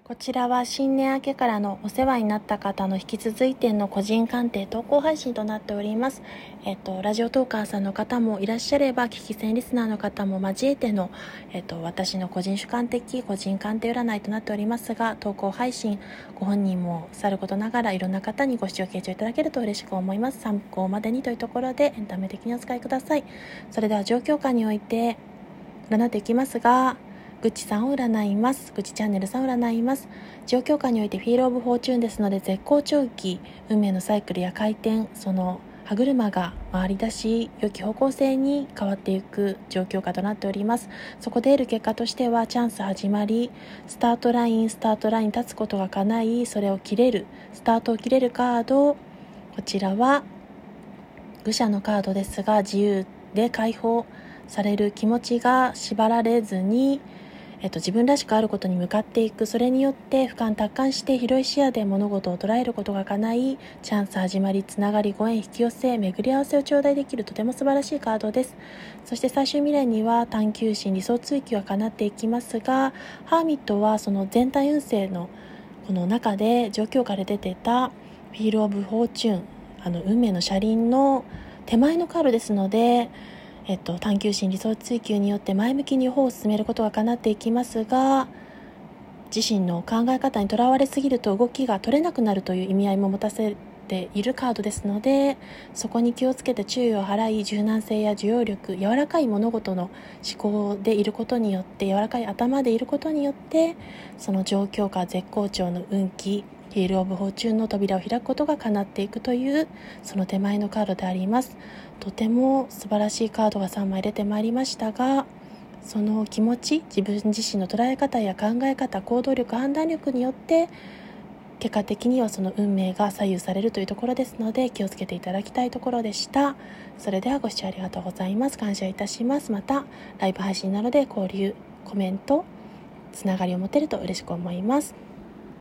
こちらは新年明けからのお世話になった方の引き続いての個人鑑定投稿配信となっております。ラジオトーカーさんの方もいらっしゃれば、聞き戦リスナーの方も交えての、私の個人主観的個人鑑定占いとなっておりますが、投稿配信、ご本人もさることながらいろんな方にご視聴傾聴いただけると嬉しく思います。参考までにというところでエンタメ的にお使いください。それでは状況下において占っていきますが、ぐちさんを占います。ぐちチャンネルさんを占います。状況下においてフィールオブフォーチューンですので、絶好調期、運命のサイクルや回転、その歯車が回り出し、良き方向性に変わっていく状況下となっております。そこで得る結果としては、チャンス始まり、スタートラインに立つことが叶い、それを切れる、スタートを切れるカード、こちらは愚者のカードですが、自由で解放される気持ちが縛られずに、自分らしくあることに向かっていく。それによって俯瞰達観して広い視野で物事を捉えることが叶い、チャンス始まり、つながり、ご縁、引き寄せ、巡り合わせを頂戴できるとても素晴らしいカードです。そして最終未練には探求心、理想追求は叶っていきますが、ハーミットはその全体運勢のこの中で状況下で出てたフィールオブフォーチューン、運命の車輪の手前のカードですので、探求心、理想追求によって前向きに歩を進めることが叶っていきますが、自身の考え方にとらわれすぎると動きが取れなくなるという意味合いも持たせているカードですので、そこに気をつけて注意を払い、柔軟性や受容力、柔らかい物事の思考でいることによって、柔らかい頭でいることによって、その状況下絶好調の運気、フィールオブフォーチューンの扉を開くことが叶っていくという、その手前のカードであります。とても素晴らしいカードが3枚出てまいりましたが、その気持ち、自分自身の捉え方や考え方、行動力、判断力によって結果的にはその運命が左右されるというところですので、気をつけていただきたいところでした。それではご視聴ありがとうございます。感謝いたします。またライブ配信なので交流、コメント、つながりを持てると嬉しく思います。